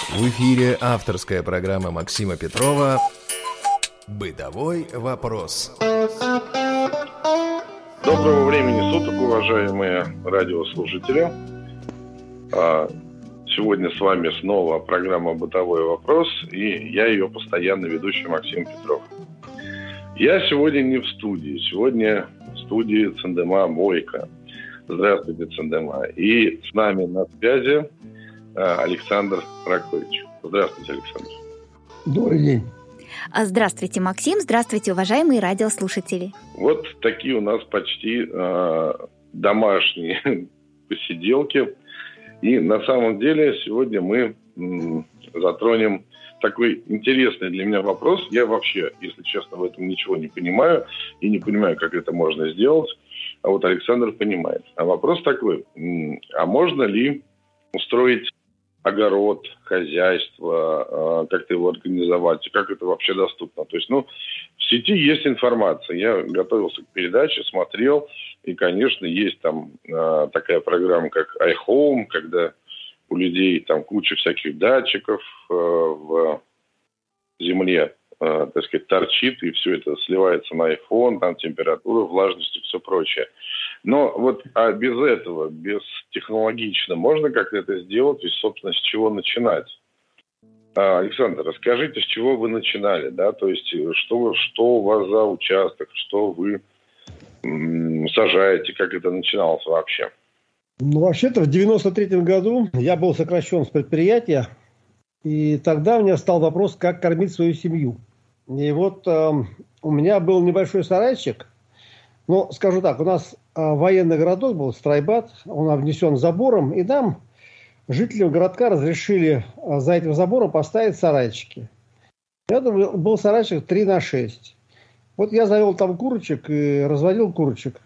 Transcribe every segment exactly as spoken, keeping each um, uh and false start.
В эфире авторская программа Максима Петрова «Бытовой вопрос». Доброго времени суток, уважаемые радиослушатели. Сегодня с вами снова программа «Бытовой вопрос», и я ее постоянный ведущий Максим Петров. Я сегодня не в студии, сегодня в студии Цендема Бойко. Здравствуйте, Цендема. И с нами на связи Александр Ракович. Здравствуйте, Александр. Добрый день. Здравствуйте, Максим. Здравствуйте, уважаемые радиослушатели. Вот такие у нас почти э, домашние посиделки. И на самом деле сегодня мы м, затронем такой интересный для меня вопрос. Я вообще, если честно, в этом ничего не понимаю и не понимаю, как это можно сделать. А вот Александр понимает. А вопрос такой. М, а можно ли устроить огород, хозяйство, как-то его организовать, и как это вообще доступно. То есть, ну, в сети есть информация. Я готовился к передаче, смотрел, и, конечно, есть там э, такая программа, как iHome, когда у людей там куча всяких датчиков э, в земле, э, так сказать, торчит, и все это сливается на iPhone, там температура, влажность и все прочее. Но вот а без этого, без технологично, можно как-то это сделать, и, собственно, с чего начинать? А, Александр, расскажите, с чего вы начинали, да, то есть что, что у вас за участок, что вы м- сажаете, как это начиналось вообще? Ну, вообще-то в девяносто третьем году я был сокращен с предприятия, и тогда у меня стал вопрос, как кормить свою семью. И вот э, у меня был небольшой сарайчик. Ну, скажу так, у нас а, военный городок был, Страйбат, он обнесен забором, и нам, жителям городка, разрешили а, за этим забором поставить сарайчики. Это был сарайчик три на шесть. Вот я завел там курочек и разводил курочек.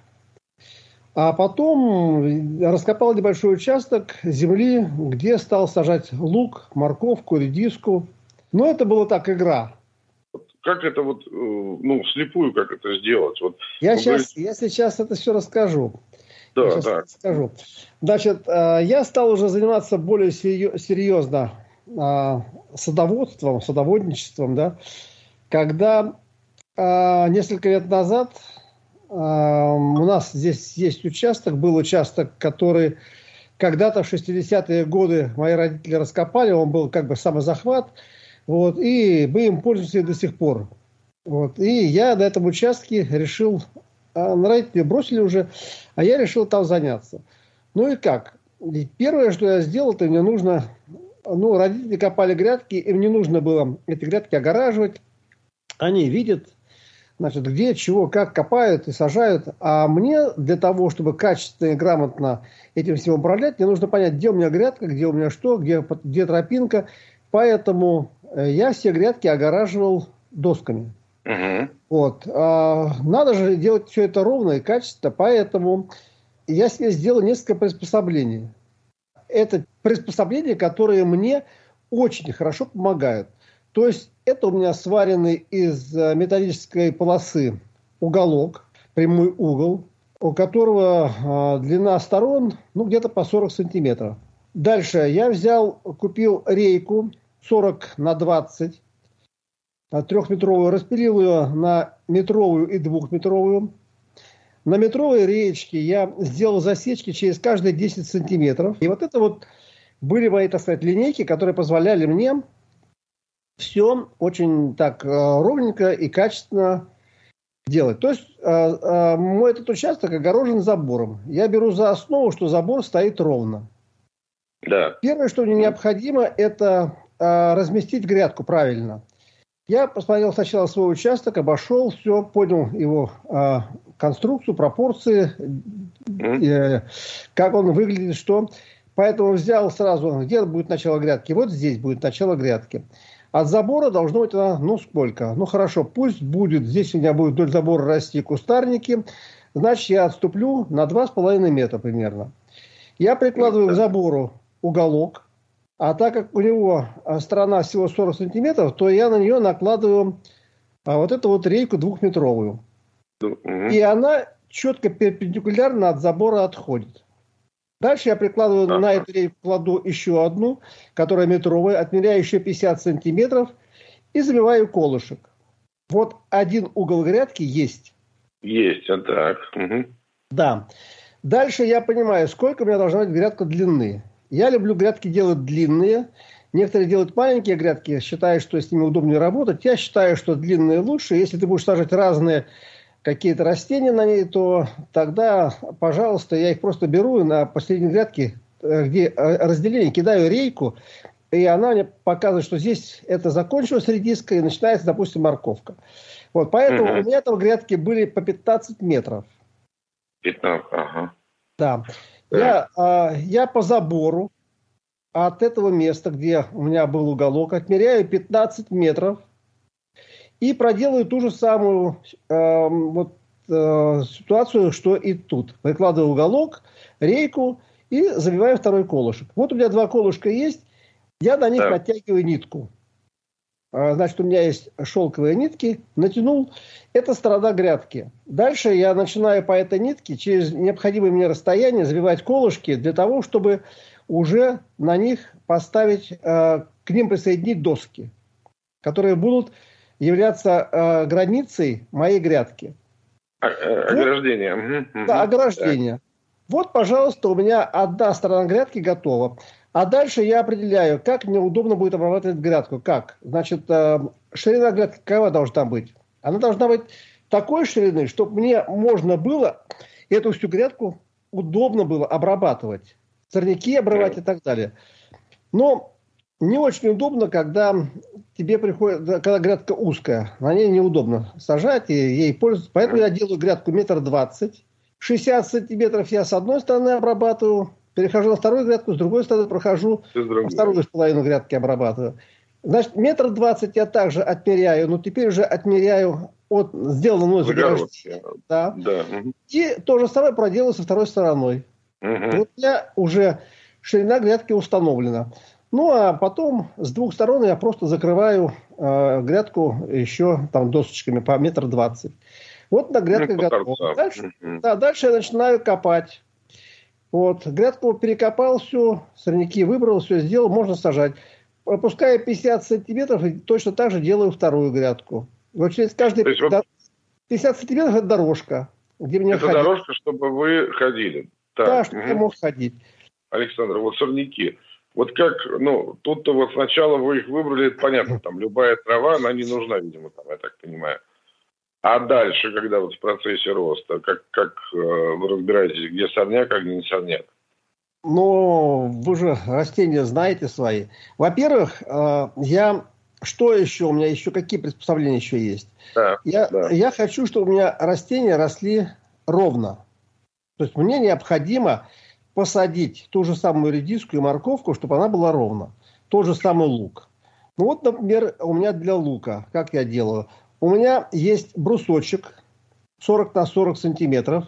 А потом раскопал небольшой участок земли, где стал сажать лук, морковку, редиску. Но это была так игра. Как это вот, ну, вслепую, как это сделать? Вот, я, сейчас, говорите... я сейчас это все расскажу. Да, я сейчас да. расскажу. Значит, я стал уже заниматься более серьезно садоводством, садоводничеством, да, когда несколько лет назад у нас здесь есть участок, был участок, который когда-то в шестидесятые годы мои родители раскопали, он был как бы самозахват. Вот, и мы им пользуемся до сих пор. Вот, и я на этом участке решил, а родители бросили уже, а я решил там заняться. Ну и как? И первое, что я сделал, это мне нужно, ну, родители копали грядки, им не нужно было эти грядки огораживать. Они видят, значит, где, чего, как копают и сажают. А мне для того, чтобы качественно и грамотно этим всем управлять, мне нужно понять, где у меня грядка, где у меня что, где, где тропинка. Поэтому я все грядки огораживал досками. Uh-huh. Вот. А, надо же делать все это ровно и качественно, поэтому я себе сделал несколько приспособлений. Это приспособления, которые мне очень хорошо помогают. То есть это у меня сваренный из металлической полосы уголок, прямой угол, у которого а, длина сторон ну, где-то по сорок сантиметров. Дальше я взял, купил рейку сорок на двадцать, трехметровую, распилил ее на метровую и двухметровую. На метровой реечке я сделал засечки через каждые десять сантиметров. И вот это вот были мои, так сказать, линейки, которые позволяли мне все очень так ровненько и качественно делать. То есть мой этот участок огорожен забором. Я беру за основу, что забор стоит ровно. Да. Первое, что мне необходимо, это э, разместить грядку правильно. Я посмотрел сначала свой участок, обошел, все, понял его э, конструкцию, пропорции, э, как он выглядит, что. Поэтому взял сразу, где будет начало грядки. Вот здесь будет начало грядки. От забора должно быть, ну сколько? Ну хорошо, пусть будет, здесь у меня будет вдоль забора расти кустарники. Значит, я отступлю на два с половиной метра примерно. Я прикладываю к забору уголок, а так как у него сторона всего сорок сантиметров, то я на нее накладываю а, вот эту вот рейку двухметровую. Mm-hmm. И она четко перпендикулярно от забора отходит. Дальше я прикладываю ага. на эту рейку, кладу еще одну, которая метровая, отмеряю еще пятьдесят сантиметров и забиваю колышек. Вот один угол грядки есть. Есть, а так. Угу. Да. Дальше я понимаю, сколько у меня должна быть грядка длины. Я люблю грядки делать длинные. Некоторые делают маленькие грядки, считают, что с ними удобнее работать. Я считаю, что длинные лучше. Если ты будешь сажать разные какие-то растения на ней, то тогда, пожалуйста, я их просто беру и на посередине грядки, где разделение, кидаю рейку, и она мне показывает, что здесь это закончилась редиска, и начинается, допустим, морковка. Вот, поэтому угу. у меня там грядки были по пятнадцать метров. пятнадцать, ага. Да. Я, а, я по забору от этого места, где у меня был уголок, отмеряю пятнадцать метров и проделаю ту же самую э, вот, э, ситуацию, что и тут. Прикладываю уголок, рейку и забиваю второй колышек. Вот у меня два колышка есть, я на них да. натягиваю нитку. А, значит, у меня есть шелковые нитки, натянул. Это сторона грядки. Дальше я начинаю по этой нитке через необходимое мне расстояние забивать колышки для того, чтобы уже на них поставить, э, к ним присоединить доски, которые будут являться э, границей моей грядки. А, э, ограждение. Вот, да, ограждение. Так. Вот, пожалуйста, у меня одна сторона грядки готова. А дальше я определяю, как мне удобно будет обрабатывать грядку. Как? Значит, э, ширина грядки какова должна быть? Она должна быть такой ширины, чтобы мне можно было эту всю грядку удобно было обрабатывать. Сорняки обрывать и так далее. Но не очень удобно, когда тебе приходит, когда грядка узкая. На ней неудобно сажать и ей пользоваться. Поэтому я делаю грядку метр двадцать. шестьдесят сантиметров я с одной стороны обрабатываю. Перехожу на вторую грядку, с другой стороны прохожу, вторую половину грядки обрабатываю. Значит, метр двадцать я также отмеряю, но теперь уже отмеряю от сделанного мной заграждения. Да. Да. И то же самое проделаю со второй стороной. Угу. Вот у меня уже ширина грядки установлена. Ну, а потом с двух сторон я просто закрываю э, грядку еще там досочками по метр двадцать. Вот на грядка ну, готова. Дальше, угу. да, дальше я начинаю копать. Вот, грядку перекопал все, сорняки выбрал, все сделал, можно сажать. Пропуская пятьдесят сантиметров, и точно так же делаю вторую грядку. Вот через каждый есть, вот... пятьдесят сантиметров это дорожка. Где мне это ходить. Дорожка, чтобы вы ходили. Так. Да, чтобы угу. я мог ходить. Александр, вот сорняки. Вот как, ну, тут-то вот сначала вы их выбрали, это понятно, там любая трава, она не нужна, видимо, там, я так понимаю. А дальше, когда вот в процессе роста, как, как э, вы разбираетесь, где сорняк, а где не сорняк? Ну, вы же растения знаете свои. Во-первых, э, я... Что еще? У меня еще какие приспособления еще есть? Да, я, да. я хочу, чтобы у меня растения росли ровно. То есть мне необходимо посадить ту же самую редиску и морковку, чтобы она была ровно. Тот же самый лук. Ну вот, например, у меня для лука, как я делаю? У меня есть брусочек сорок на сорок сантиметров,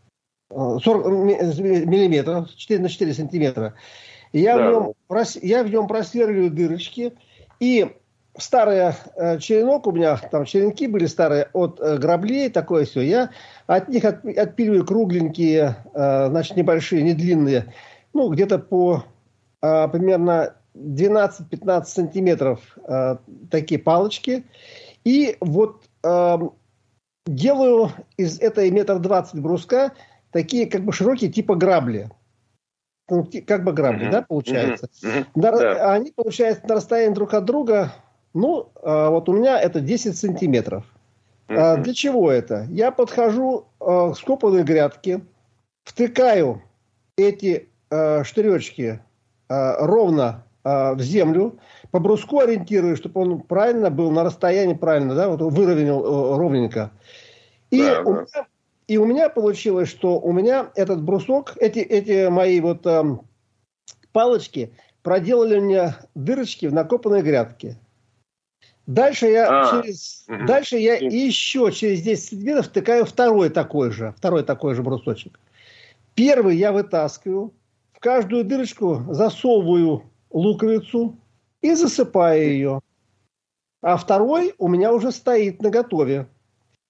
сорок миллиметров, четыре на четыре сантиметра. И я, да. в нем, я в нем просверливаю дырочки. И старый э, черенок у меня, там черенки были старые от э, граблей, такое все. Я от них от, отпиливаю кругленькие, э, значит, небольшие, не длинные, ну, где-то по э, примерно двенадцать-пятнадцать сантиметров э, такие палочки. И вот э, делаю из этой метр двадцать бруска такие как бы широкие типа грабли. Ну, как бы грабли, uh-huh. да, получается. Uh-huh. На, да. Они, получается, на расстоянии друг от друга, ну, э, вот у меня это десять сантиметров. Uh-huh. Э, для чего это? Я подхожу э, к скопанной грядке, втыкаю эти э, штыречки э, ровно в землю, по бруску ориентирую, чтобы он правильно был на расстоянии, правильно, да, вот выровнял ровненько. И, да, у, да. Меня, и у меня получилось, что у меня этот брусок, эти, эти мои вот э, палочки проделали мне дырочки в накопанной грядке. Дальше я, а, через, угу. дальше я еще через десять сантиметров втыкаю второй такой же, второй такой же брусочек. Первый я вытаскиваю, в каждую дырочку засовываю луковицу и засыпаю ее. А второй у меня уже стоит наготове.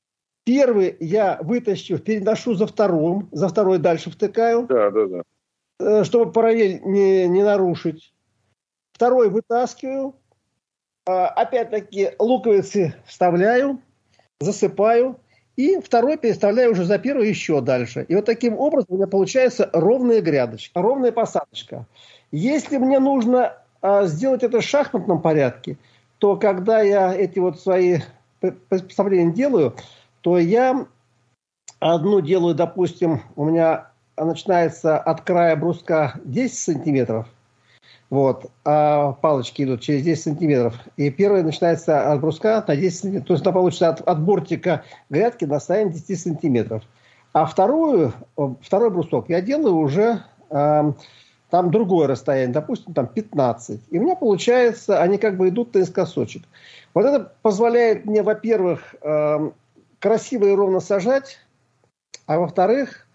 Первый я вытащу, переношу за вторым, за второй дальше втыкаю. Да, да, да. чтобы параллель не, не нарушить. Второй вытаскиваю. Опять-таки луковицы вставляю, засыпаю. И второй переставляю уже за первый еще дальше. И вот таким образом у меня получается ровная грядочка, ровная посадочка. Если мне нужно а, сделать это в шахматном порядке, то когда я эти вот свои приспособления делаю, то я одну делаю, допустим, у меня начинается от края бруска десять сантиметров, вот, а палочки идут через десять сантиметров. И первая начинается от бруска на десять сантиметров. То есть она получится от, от бортика грядки на расстоянии десять сантиметров. А вторую, второй брусок я делаю уже э, там другое расстояние, допустим, там пятнадцать. И у меня получается, они как бы идут наискосочек. Вот это позволяет мне, во-первых, э, красиво и ровно сажать, а во-вторых,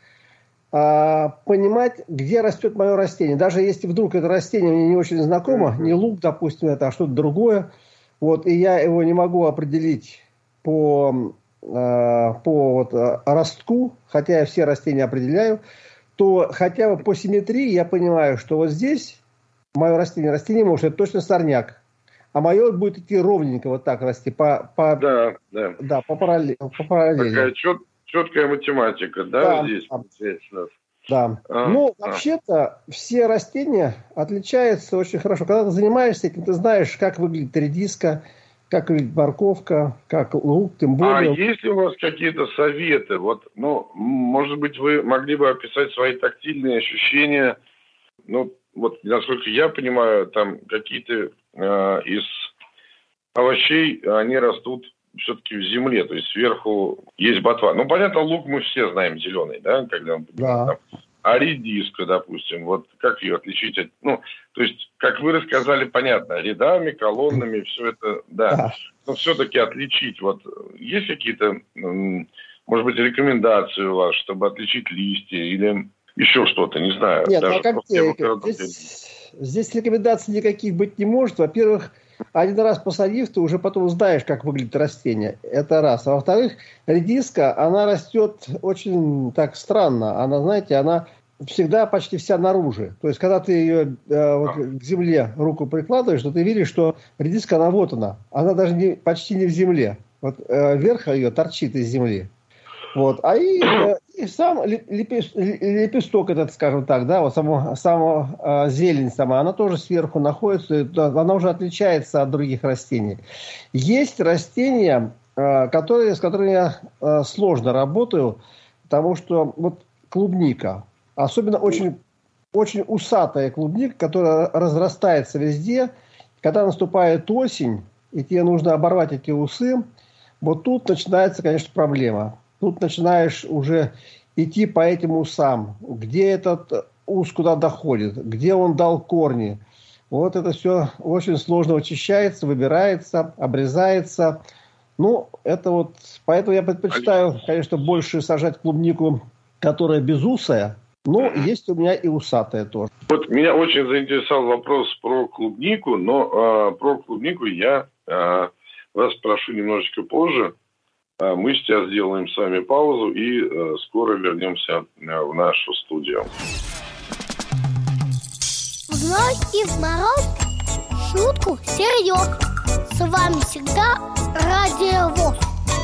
понимать, где растет мое растение. Даже если вдруг это растение мне не очень знакомо, не лук, допустим, это, а что-то другое, вот, и я его не могу определить по, по вот, ростку, хотя я все растения определяю, то хотя бы по симметрии я понимаю, что вот здесь мое растение, растение может, это точно сорняк, а мое будет идти ровненько вот так расти, по, по, да, да. Да, по, параллели, по параллели. Такая чет, четкая математика, да, да здесь да. получается. Да. А, ну, а. вообще-то, все растения отличаются очень хорошо. Когда ты занимаешься этим, ты знаешь, как выглядит редиска, как выглядит морковка, как лук, тем более. А есть ли у вас какие-то советы? Вот, ну, может быть, вы могли бы описать свои тактильные ощущения? Ну, вот, насколько я понимаю, там какие-то э, из овощей, они растут все-таки в земле, то есть сверху есть ботва. Ну, понятно, лук мы все знаем зеленый, да, когда он да. там. А редиска, допустим, вот как ее отличить от... Ну, то есть, как вы рассказали, понятно, рядами, колоннами, все это, да. да. Но все-таки отличить, вот, есть какие-то, может быть, рекомендации у вас, чтобы отличить листья или еще что-то, не знаю. Нет, даже а как здесь, здесь рекомендаций никаких быть не может. Во-первых, один раз посадив, ты уже потом знаешь, как выглядит растение. Это раз. А во-вторых, редиска, она растет очень так странно. Она, знаете, она всегда почти вся наружу. То есть, когда ты ее э, вот, к земле руку прикладываешь, то ты видишь, что редиска, она вот она. Она даже не, почти не в земле. Вот э, верх ее торчит из земли. Вот. А и, э, и сам лепесток этот, скажем так, да, вот само, само э, зелень сама, она тоже сверху находится, она уже отличается от других растений. Есть растения, э, которые, с которыми я э, сложно работаю, потому что вот клубника, особенно очень, очень усатая клубника, которая разрастается везде, когда наступает осень, и тебе нужно оборвать эти усы, вот тут начинается, конечно, проблема. Тут начинаешь уже идти по этим усам, где этот ус куда доходит, где он дал корни. Вот это все очень сложно очищается, выбирается, обрезается. Ну, это вот, поэтому я предпочитаю, конечно, больше сажать клубнику, которая безусая, но есть у меня и усатая тоже. Вот меня очень заинтересовал вопрос про клубнику, но э, про клубнику я э, вас спрошу немножечко позже. Мы сейчас сделаем с вами паузу и э, скоро вернемся э, в нашу студию. В ночь и в мороз шутку серьез. С вами всегда Радио ВОС.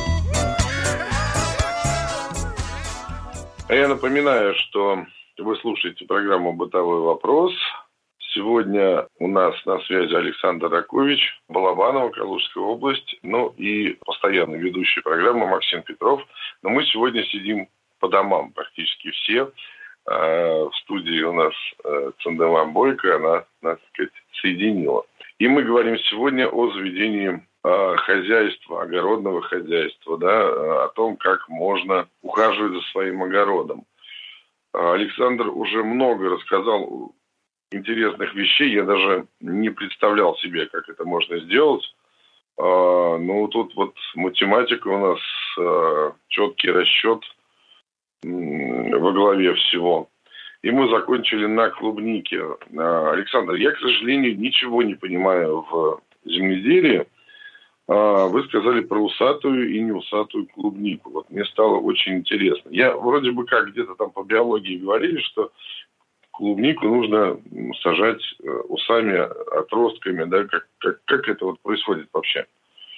А я напоминаю, что вы слушаете программу «Бытовой вопрос». Сегодня у нас на связи Александр Ракович, Балабаново, Калужская область, ну и постоянный ведущий программы Максим Петров. Но мы сегодня сидим по домам практически все. В студии у нас Цандема Бойко, она, так сказать, соединила. И мы говорим сегодня о заведении хозяйства, огородного хозяйства, да, о том, как можно ухаживать за своим огородом. Александр уже много рассказал интересных вещей, я даже не представлял себе, как это можно сделать. А, ну, тут вот математика у нас, а, четкий расчет м, во главе всего. И мы закончили на клубнике. А, Александр, я, к сожалению, ничего не понимаю в земледелии. А, вы сказали про усатую и неусатую клубнику. Вот мне стало очень интересно. Я вроде бы как где-то там по биологии говорили, что клубнику нужно сажать усами, отростками, да, как, как, как это вот происходит вообще?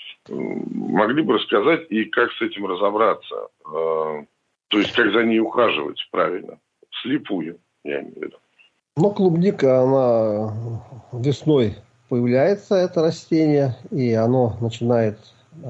Могли бы рассказать и как с этим разобраться? То есть, как за ней ухаживать правильно? Вслепую, я имею в виду. Ну, клубника, она весной появляется, это растение, и оно начинает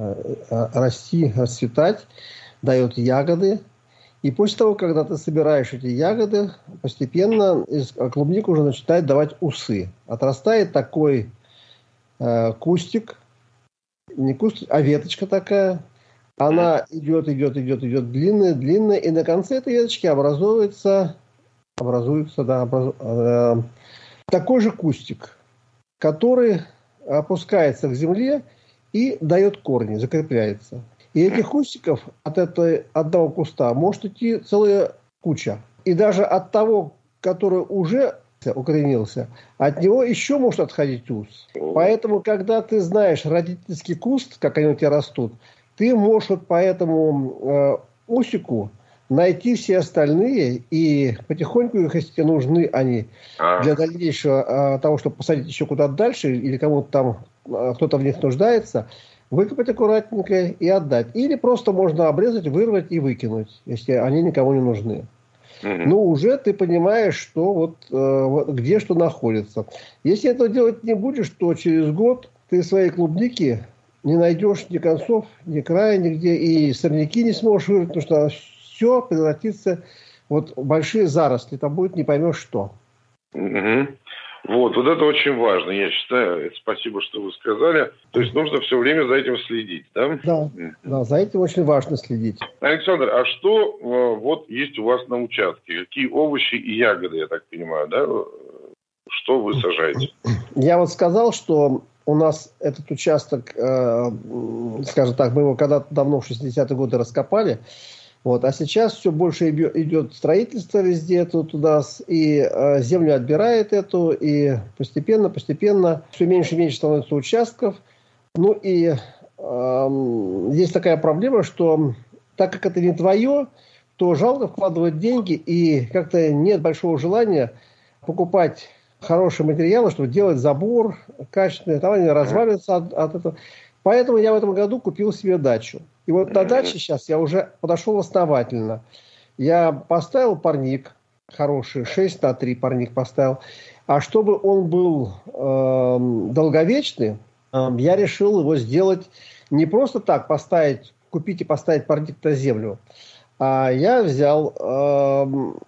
расти, расцветать, дает ягоды. И после того, когда ты собираешь эти ягоды, постепенно из клубника уже начинает давать усы. Отрастает такой э, кустик, не кустик, а веточка такая. Она идет, идет, идет, идет длинная, длинная, и на конце этой веточки образуется, образуется, да, образу, э, такой же кустик, который опускается к земле и дает корни, закрепляется. И этих кустиков от этого одного куста может идти целая куча. И даже от того, который уже укоренился, от него еще может отходить ус. Поэтому, когда ты знаешь родительский куст, как они у тебя растут, ты можешь вот по этому э, усику найти все остальные, и потихоньку, если тебе нужны они для дальнейшего э, того, чтобы посадить еще куда-то дальше, или кому-то там, э, кто-то в них нуждается, выкопать аккуратненько и отдать. Или просто можно обрезать, вырвать и выкинуть, если они никому не нужны. Mm-hmm. Но уже ты понимаешь, что вот, э, где что находится. Если этого делать не будешь, то через год ты свои клубники не найдешь ни концов, ни края, нигде. И сорняки не сможешь вырвать, потому что все превратится вот, в большие заросли. Там будет не поймешь что. Mm-hmm. Вот, вот это очень важно, я считаю. Спасибо, что вы сказали. То есть нужно все время за этим следить, да? Да, да, за этим очень важно следить. Александр, а что вот есть у вас на участке? Какие овощи и ягоды, я так понимаю, да? Что вы сажаете? Я вот сказал, что у нас этот участок, э, скажем так, мы его когда-то давно в шестидесятые годы раскопали. Вот, а сейчас все больше идет строительство везде тут у нас, и э, землю отбирает эту, и постепенно, постепенно все меньше и меньше становится участков. Ну и э, есть такая проблема, что так как это не твое, то жалко вкладывать деньги, и как-то нет большого желания покупать хорошие материалы, чтобы делать забор качественный, там они разваливаются от, от этого. Поэтому я в этом году купил себе дачу. И вот на даче сейчас я уже подошел основательно. Я поставил парник хороший, шесть на три парник поставил. А чтобы он был э, долговечный, э, я решил его сделать не просто так, поставить, купить и поставить парник на землю. А я взял э,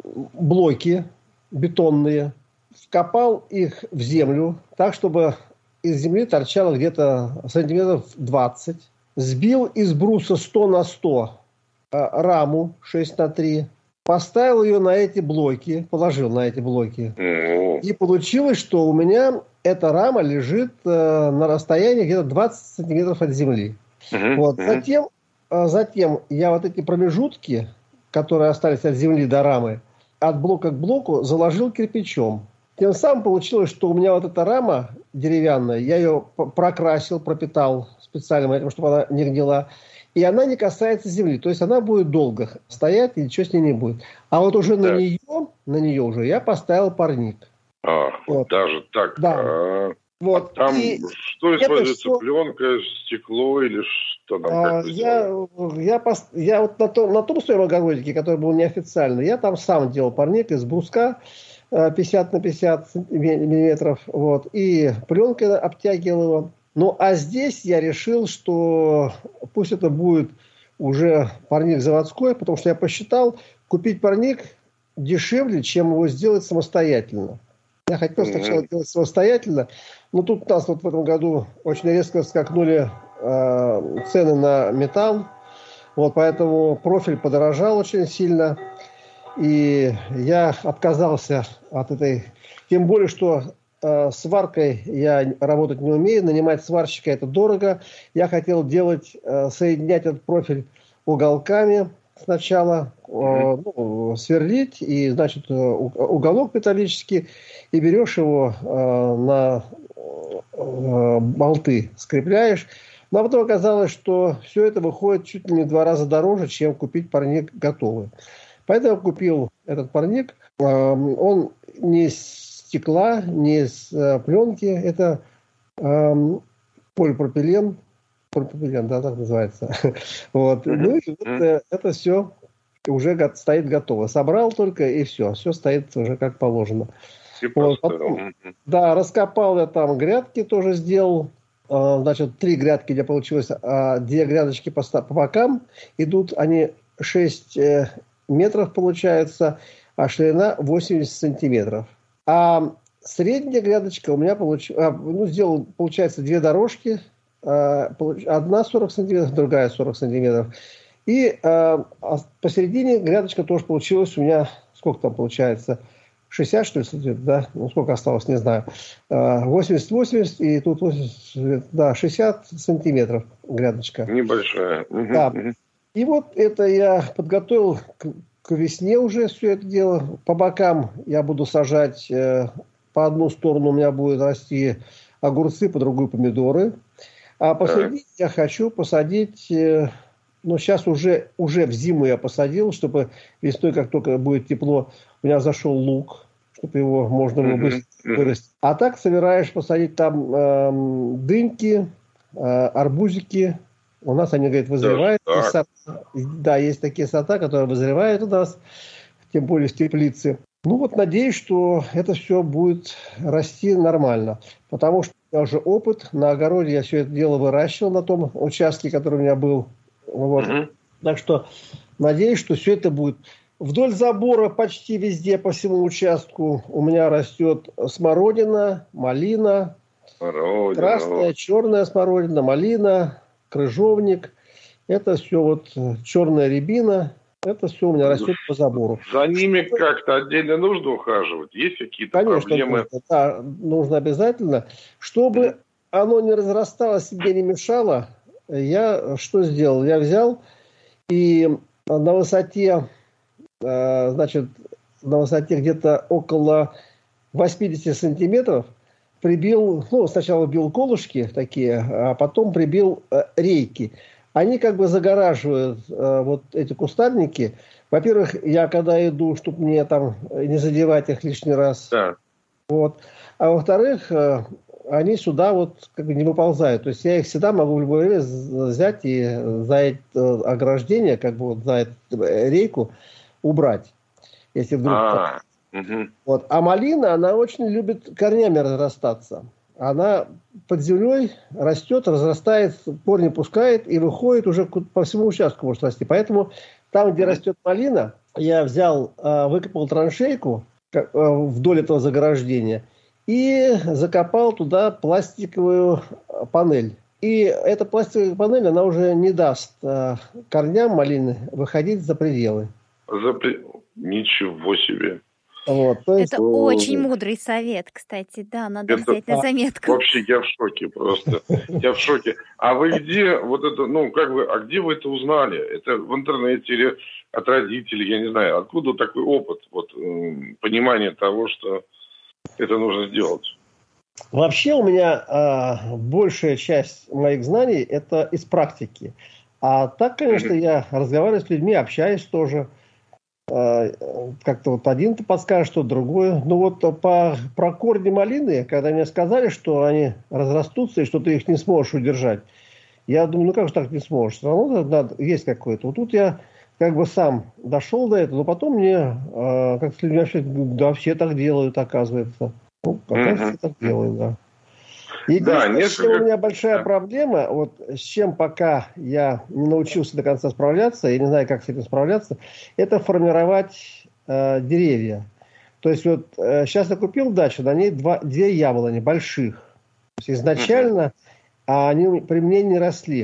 блоки бетонные, вкопал их в землю так, чтобы из земли торчало где-то сантиметров двадцать. Сбил из бруса сто на сто э, раму шесть на три. Поставил ее на эти блоки, положил на эти блоки. И получилось, что у меня эта рама лежит э, на расстоянии где-то двадцать сантиметров от земли. Uh-huh. Вот. Затем, э, затем я вот эти промежутки, которые остались от земли до рамы, от блока к блоку заложил кирпичом. Тем самым получилось, что у меня вот эта рама деревянная, я ее прокрасил, пропитал специально, этим, чтобы она не гнила. И она не касается земли. То есть она будет долго стоять, и ничего с ней не будет. А вот уже да. на нее, на нее уже я поставил парник. А, вот. Даже так. Да. А, вот. Там и что используется? все... Пленка, стекло или что там? А, я, я, пост... я вот на, то, на том своем огородике, который был неофициальный, я там сам делал парник из бруска пятьдесят на пятьдесят миллиметров. Вот, и пленкой обтягивал его. Ну, а здесь я решил, что пусть это будет уже парник заводской, потому что я посчитал, купить парник дешевле, чем его сделать самостоятельно. Я хотел сначала делать самостоятельно, но тут у нас вот в этом году очень резко скакнули э, цены на металл, вот, поэтому профиль подорожал очень сильно, и я отказался от этой, тем более, что сваркой я работать не умею, нанимать сварщика это дорого. Я хотел делать, соединять этот профиль уголками сначала, mm-hmm. ну, сверлить, и, значит, уголок металлический, и берешь его на болты, скрепляешь. Но потом оказалось, что все это выходит чуть ли не в два раза дороже, чем купить парник готовый. Поэтому я купил этот парник. Он не из стекла, не из пленки. Это полипропилен. Полипропилен, да, так называется. Вот. Ну и вот это все уже стоит готово. Собрал только, и все. Все стоит уже как положено. Вот. Потом, да, раскопал я там грядки, тоже сделал. Значит, три грядки, где получилось, две грядочки по, по бокам идут, они шесть метров получается, а ширина восемьдесят сантиметров. А средняя грядочка у меня получилась, а, ну, сделал, получается, две дорожки, а, одна сорок сантиметров, другая сорок сантиметров. И а, посередине грядочка тоже получилась у меня, сколько там получается, шестьдесят, что ли, сантиметров, да? Ну, сколько осталось, не знаю. восемьдесят-восемьдесят, и тут восемьдесят, да, шестьдесят сантиметров грядочка. Небольшая. Да. И вот это я подготовил к, к весне уже все это дело. По бокам я буду сажать, э, по одну сторону у меня будут расти огурцы, по другую помидоры. А посередине я хочу посадить... Э, ну, сейчас уже, уже в зиму я посадил, чтобы весной, как только будет тепло, у меня зашел лук, чтобы его можно было быстро mm-hmm. вырастить. А так собираешь посадить там э, дыньки, э, арбузики. У нас они, говорят, вызревают. Да, есть сорта, да, есть такие сорта, которые вызревают у нас, тем более в теплице. Ну вот надеюсь, что это все будет расти нормально. Потому что у меня уже опыт. На огороде я все это дело выращивал на том участке, который у меня был. Вот. Mm-hmm. Так что надеюсь, что все это будет. Вдоль забора почти везде, по всему участку у меня растет смородина, малина, смородина. Красная, черная смородина, малина, крыжовник. Это все вот черная рябина. Это все у меня растет по забору. За ними как-то отдельно нужно ухаживать? Есть какие-то Конечно, проблемы? Конечно, да, нужно обязательно. Чтобы mm-hmm. оно не разрасталось, себе не мешало, я что сделал? Я взял и на высоте, значит, на высоте где-то около восемьдесят сантиметров прибил, ну, сначала бил колышки такие, а потом прибил рейки. Они как бы загораживают вот эти кустарники. Во-первых, я когда иду, чтобы мне там не задевать их лишний раз. Да. Вот. А во-вторых, они сюда вот как бы не выползают. То есть я их всегда могу в любое время взять и за это ограждение, как бы вот за эту рейку убрать. Если вдруг... А, угу. Вот. А малина, она очень любит корнями разрастаться. Она под землей растет, разрастает, корни пускает и выходит уже по всему участку может расти. Поэтому там, где растет малина, я взял, выкопал траншейку вдоль этого заграждения и закопал туда пластиковую панель. И эта пластиковая панель, она уже не даст корням малины выходить за пределы. За при... Ничего себе. Вот, то есть... Это очень мудрый совет, кстати, да, надо это... взять на заметку. Вообще я в шоке просто, я в шоке. А вы где, вот это, ну, как вы, а где вы это узнали? Это в интернете или от родителей, я не знаю, откуда такой опыт, вот, понимание того, что это нужно сделать? Вообще у меня э, большая часть моих знаний это из практики. А так, конечно, mm-hmm. я разговариваю с людьми, общаюсь тоже. Как-то вот один-то подскажет, что другое. Ну вот по, про корни малины, когда мне сказали, что они разрастутся и что ты их не сможешь удержать, я думаю, ну как же так не сможешь? Все равно надо, есть какое-то. Вот тут я как бы сам дошел до этого, но потом мне э, как-то с людьми вообще, да, все так делают, оказывается. Ну, оказывается, mm-hmm. все так делают, да. Единственное, да, несколько... что у меня большая да. проблема, вот с чем пока я не научился до конца справляться, я не знаю, как с этим справляться, это формировать э, деревья. То есть вот э, сейчас я купил дачу, на ней два, две яблони больших. То есть изначально uh-huh. они при мне не росли.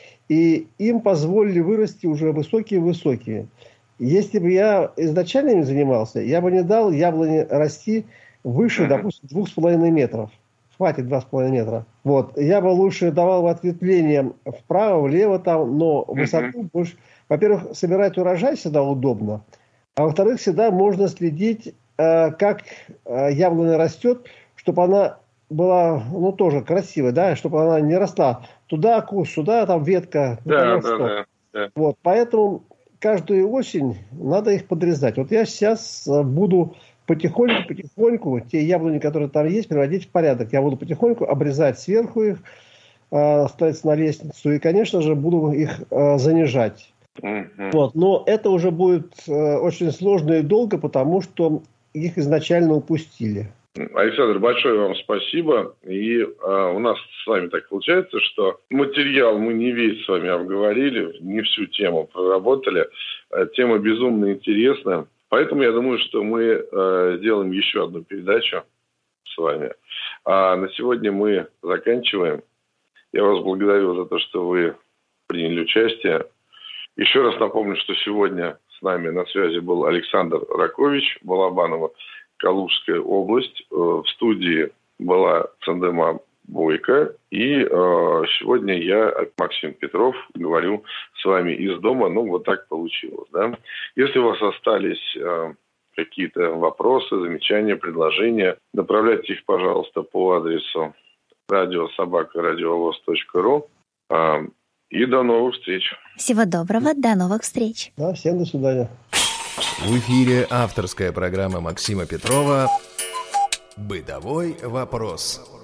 И им позволили вырасти уже высокие-высокие. Если бы я изначально им занимался, я бы не дал яблоне расти выше, uh-huh. допустим, двух с половиной метров. Хватит два с половиной метра. Вот. Я бы лучше давал ответвление вправо, влево там, но высоту uh-huh. больше. Во-первых, собирать урожай всегда удобно. А во-вторых, всегда можно следить, э, как э, яблоня растет, чтобы она была, ну, тоже красивая, да, чтобы она не росла. Туда куст, сюда там ветка. Да, да, да, да. Вот. Поэтому каждую осень надо их подрезать. Вот я сейчас буду потихоньку-потихоньку те яблони, которые там есть, приводить в порядок. Я буду потихоньку обрезать сверху их, ставить на лестницу и, конечно же, буду их занижать. Uh-huh. Вот. Но это уже будет очень сложно и долго, потому что их изначально упустили. Александр, большое вам спасибо. И а, у нас с вами так получается, что материал мы не весь с вами обговорили, не всю тему проработали. А, тема безумно интересна. Поэтому я думаю, что мы а, сделаем еще одну передачу с вами. А на сегодня мы заканчиваем. Я вас благодарю за то, что вы приняли участие. Еще раз напомню, что сегодня с нами на связи был Александр Ракович, Балабаново, Калужская область. В студии была Цандема Бойко. И э, сегодня я, Максим Петров, говорю с вами из дома. Ну, вот так получилось, да? Если у вас остались э, какие-то вопросы, замечания, предложения, направляйте их, пожалуйста, по адресу радио собака радиовоз точка ру. Э, и до новых встреч. Всего доброго, до новых встреч. Да, всем до свидания. В эфире авторская программа Максима Петрова «Бытовой вопрос».